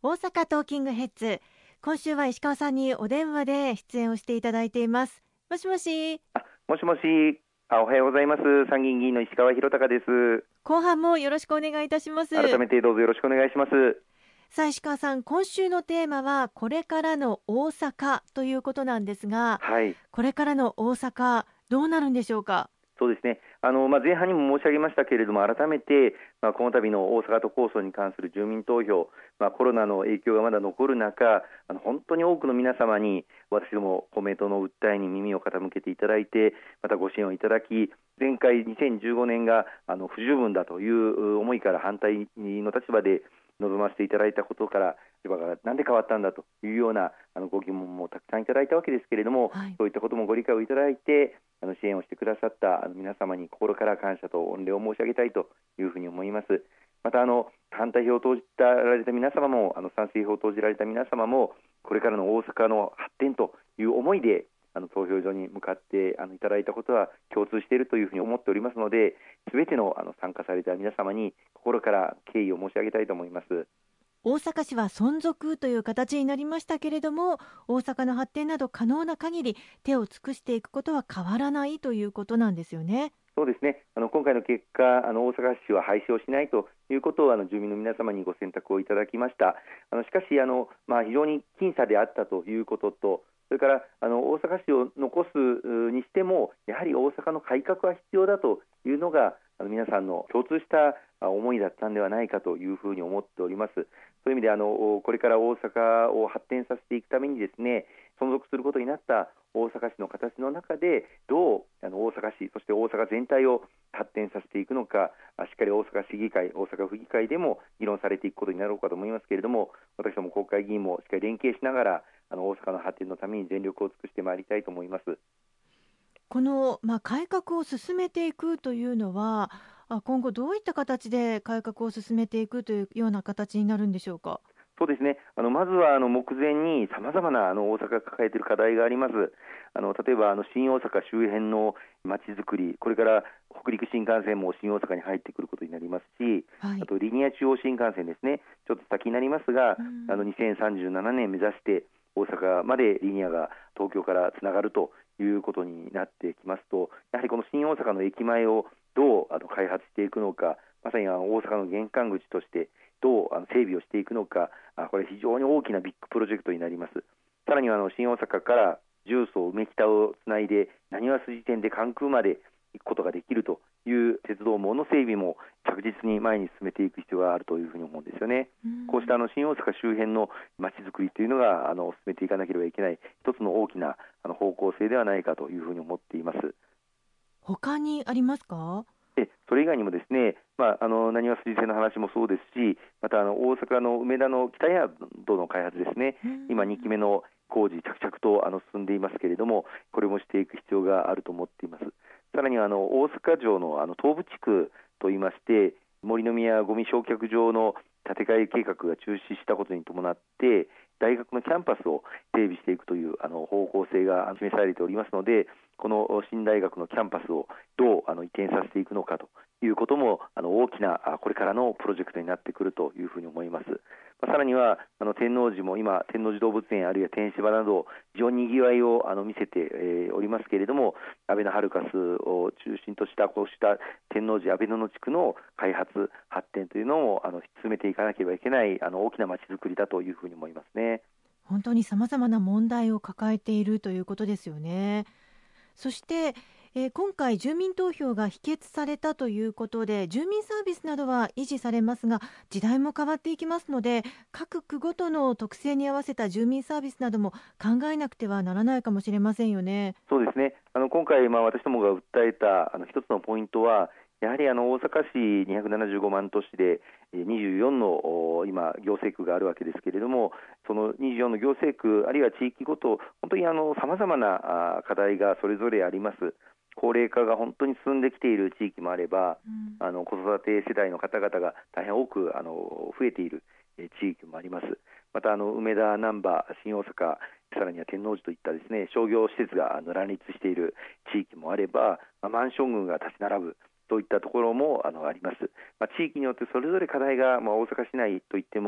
大阪トーキングヘッズ。今週は石川さんにお電話で出演をしていただいています。もしもし。 もしもし。おはようございます。参議院議員の石川博隆です。 後半もよろしくお願いいたします。 改めてどうぞよろしくお願いします。 さあ石川さん、今週のテーマはこれからの大阪ということなんですが、 はい。 これからの大阪どうなるんでしょうか。 そうですね。前半にも申し上げましたけれども、改めて、この度の大阪都構想に関する住民投票、コロナの影響がまだ残る中、本当に多くの皆様に私ども公明党の訴えに耳を傾けていただいて、またご支援をいただき、前回2015年が不十分だという思いから反対の立場で臨ませていただいたことから、なんで変わったんだというようなご疑問もたくさんいただいたわけですけれども、 はい、 そういったこともご理解をいただいて支援をしてくださった皆様に心から感謝と御礼を申し上げたいというふうに思います。また反対票を投じられた皆様も賛成票を投じられた皆様も、これからの大阪の発展という思いで投票所に向かっていただいたことは共通しているというふうに思っておりますので、すべての参加された皆様に心から敬意を申し上げたいと思います。 大阪市は存続という形になりましたけれども、大阪の発展など可能な限り手を尽くしていくことは変わらないということなんですよね。 そうですね。今回の結果、大阪市は廃止をしないということを住民の皆様にご選択をいただきました。しかし非常に僅差であったということと、それから大阪市を残すにしても、やはり大阪の改革は必要だというのが皆さんの共通した思いだったんではないかというふうに思っております。そういう意味でこれから大阪を発展させていくためにですね、存続することになった大阪市の形の中でどう大阪市、そして大阪全体を発展させていくのか、しっかり大阪市議会、大阪府議会でも議論されていくことになろうかと思いますけれども、私ども国会議員もしっかり連携しながら大阪の発展のために全力を尽くしてまいりたいと思います。 この、改革を進めていくというのは、今後どういった形で改革を進めていくというような形になるんでしょうか。 そうですね。まずは目前にさまざまな大阪が抱えている課題があります。例えば新大阪周辺のまちづくり、これから北陸新幹線も新大阪に入ってくることになりますし、 はい、 あとリニア中央新幹線ですね、ちょっと先になりますが、2037年目指して大阪までリニアが東京からつながるということになってきますと、やはりこの新大阪の駅前をどう開発していくのか、まさに大阪の玄関口としてどう整備をしていくのか、これ非常に大きなビッグプロジェクトになります。さらには新大阪から重曹梅北をつないでなにわ筋線で関空まで行くことができるという鉄道網の整備も着実に前に進めていく必要があるというふうに思うんですよね。こうした新大阪周辺のまちづくりというのが進めていかなければいけない一つの大きな方向性ではないかというふうに思っています。 他にありますか。 それ以外にもですね、なにわ筋線の話もそうですし、また大阪の梅田の北宿の開発ですね、今2期目の工事着々と進んでいますけれども、これもしていく必要があると思っています。さらには大阪城の東部地区といいまして、森の宮ごみ焼却場の建て替え計画が中止したことに伴って大学のキャンパスを整備していくという方向性が示されておりますので、この新大学のキャンパスをどう移転させていくのかということも大きなこれからのプロジェクトになってくるというふうに思います。さらには天王寺も今天王寺動物園あるいは天芝など非常ににぎわいを見せておりますけれども、アベノハルカスを中心としたこうした天王寺アベノの地区の開発発展というのを進めていかなければいけない大きな街づくりだというふうに思いますね。 本当にさまざまな問題を抱えているということですよね。そして、今回住民投票が否決されたということで住民サービスなどは維持されますが、時代も変わっていきますので各区ごとの特性に合わせた住民サービスなども考えなくてはならないかもしれませんよね。 そうですね。今回、私どもが訴えた一つのポイントは、やはり大阪市275万都市で24の今行政区があるわけですけれども、その24の行政区あるいは地域ごと本当にさまざまな課題がそれぞれあります。高齢化が本当に進んできている地域もあれば、子育て世代の方々が大変多く増えている地域もあります。また梅田、難波、新大阪、さらには天王寺といったですね、商業施設が乱立している地域もあれば、マンション群が立ち並ぶといったところもあります。地域によってそれぞれ課題が、大阪市内といっても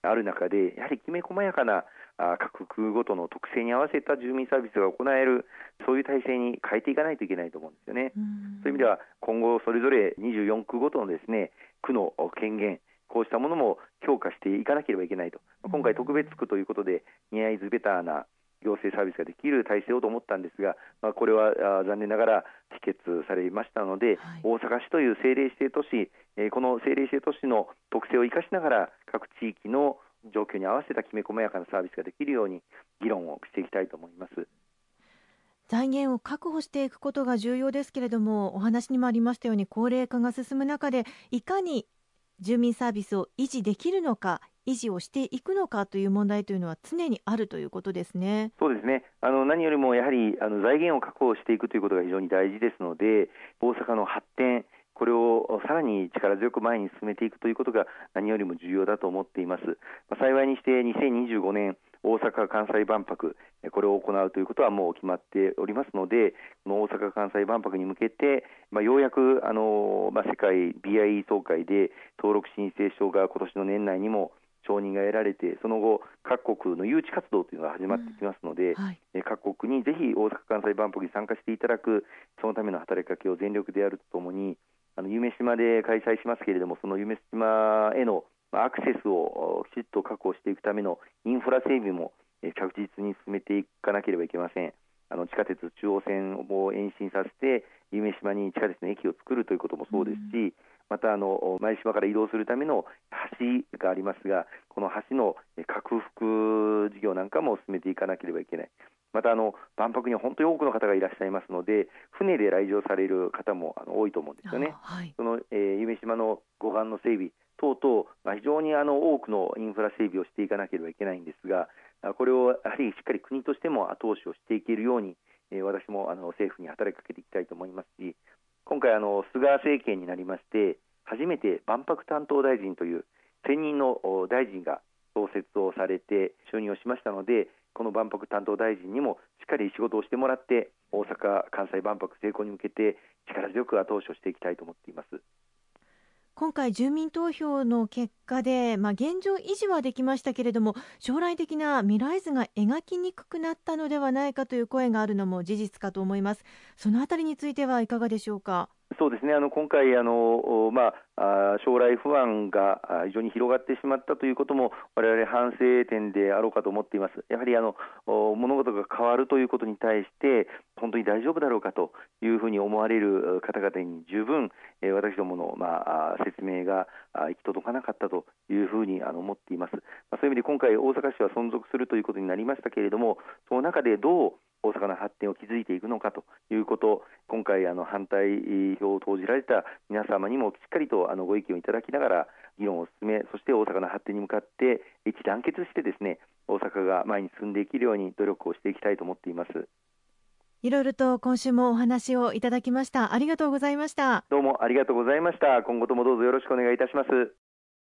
ある中で、やはりきめ細やかな各区ごとの特性に合わせた住民サービスが行える、そういう体制に変えていかないといけないと思うんですよね。そういう意味では今後それぞれ24区ごとのですね、区の権限、こうしたものも強化していかなければいけないと。今回特別区ということでニアイズベターな行政サービスができる体制をと思ったんですが、これは残念ながら否決されましたので、大阪市という政令指定都市、この政令指定都市の特性を生かしながら各地域の状況に合わせたきめ細やかなサービスができるように議論をしていきたいと思います。 財源を確保していくことが重要ですけれども、お話にもありましたように高齢化が進む中でいかに住民サービスを維持できるのか、維持をしていくのかという問題というのは常にあるということですね。 そうですね。何よりもやはり財源を確保していくということが非常に大事ですので、大阪の発展、これをさらに力強く前に進めていくということが何よりも重要だと思っています。幸いにして2025年大阪・関西万博、これを行うということはもう決まっておりますので、この大阪・関西万博に向けて、ようやく世界 BIE 総会で登録申請書が今年の年内にも承認が得られて、その後各国の誘致活動というのが始まってきますので、各国にぜひ大阪・関西万博に参加していただく、そのための働きかけを全力でやるとともに、夢洲で開催しますけれども、その夢洲へのアクセスをきちっと確保していくためのインフラ整備も着実に進めていかなければいけません。地下鉄中央線を延伸させて夢洲に地下鉄の駅を作るということもそうですし、また舞洲から移動するための橋がありますが、この橋の拡幅事業なんかも進めていかなければいけない。また万博には本当に多くの方がいらっしゃいますので、船で来場される方も多いと思うんですよね。その夢洲の護岸の整備等々、非常に多くのインフラ整備をしていかなければいけないんですが、これをやはりしっかり国としても後押しをしていけるように、私も政府に働きかけていきたいと思いますし、今回菅政権になりまして初めて万博担当大臣という専任の大臣が創設をされて就任をしましたので、この万博担当大臣にもしっかり仕事をしてもらって大阪・関西万博成功に向けて力強く後押しをしていきたいと思っています。 今回住民投票の結果で、現状維持はできましたけれども、将来的な未来図が描きにくくなったのではないかという声があるのも事実かと思います。そのあたりについてはいかがでしょうか。 そうですね。今回将来不安が非常に広がってしまったということも我々反省点であろうかと思っています。やはり物事が変わるということに対して本当に大丈夫だろうかというふうに思われる方々に十分私どもの説明が行き届かなかったというふうに思っています。そういう意味で今回大阪市は存続するということになりましたけれども、その中でどう大阪の発展を築いていくのかということ、今回反対票を投じられた皆様にもしっかりとご意見をいただきながら議論を進め、そして大阪の発展に向かって一致団結してですね、大阪が前に進んでいけるように努力をしていきたいと思っています。 いろいろと今週もお話をいただきました。ありがとうございました。 どうもありがとうございました。今後ともどうぞよろしくお願いいたします。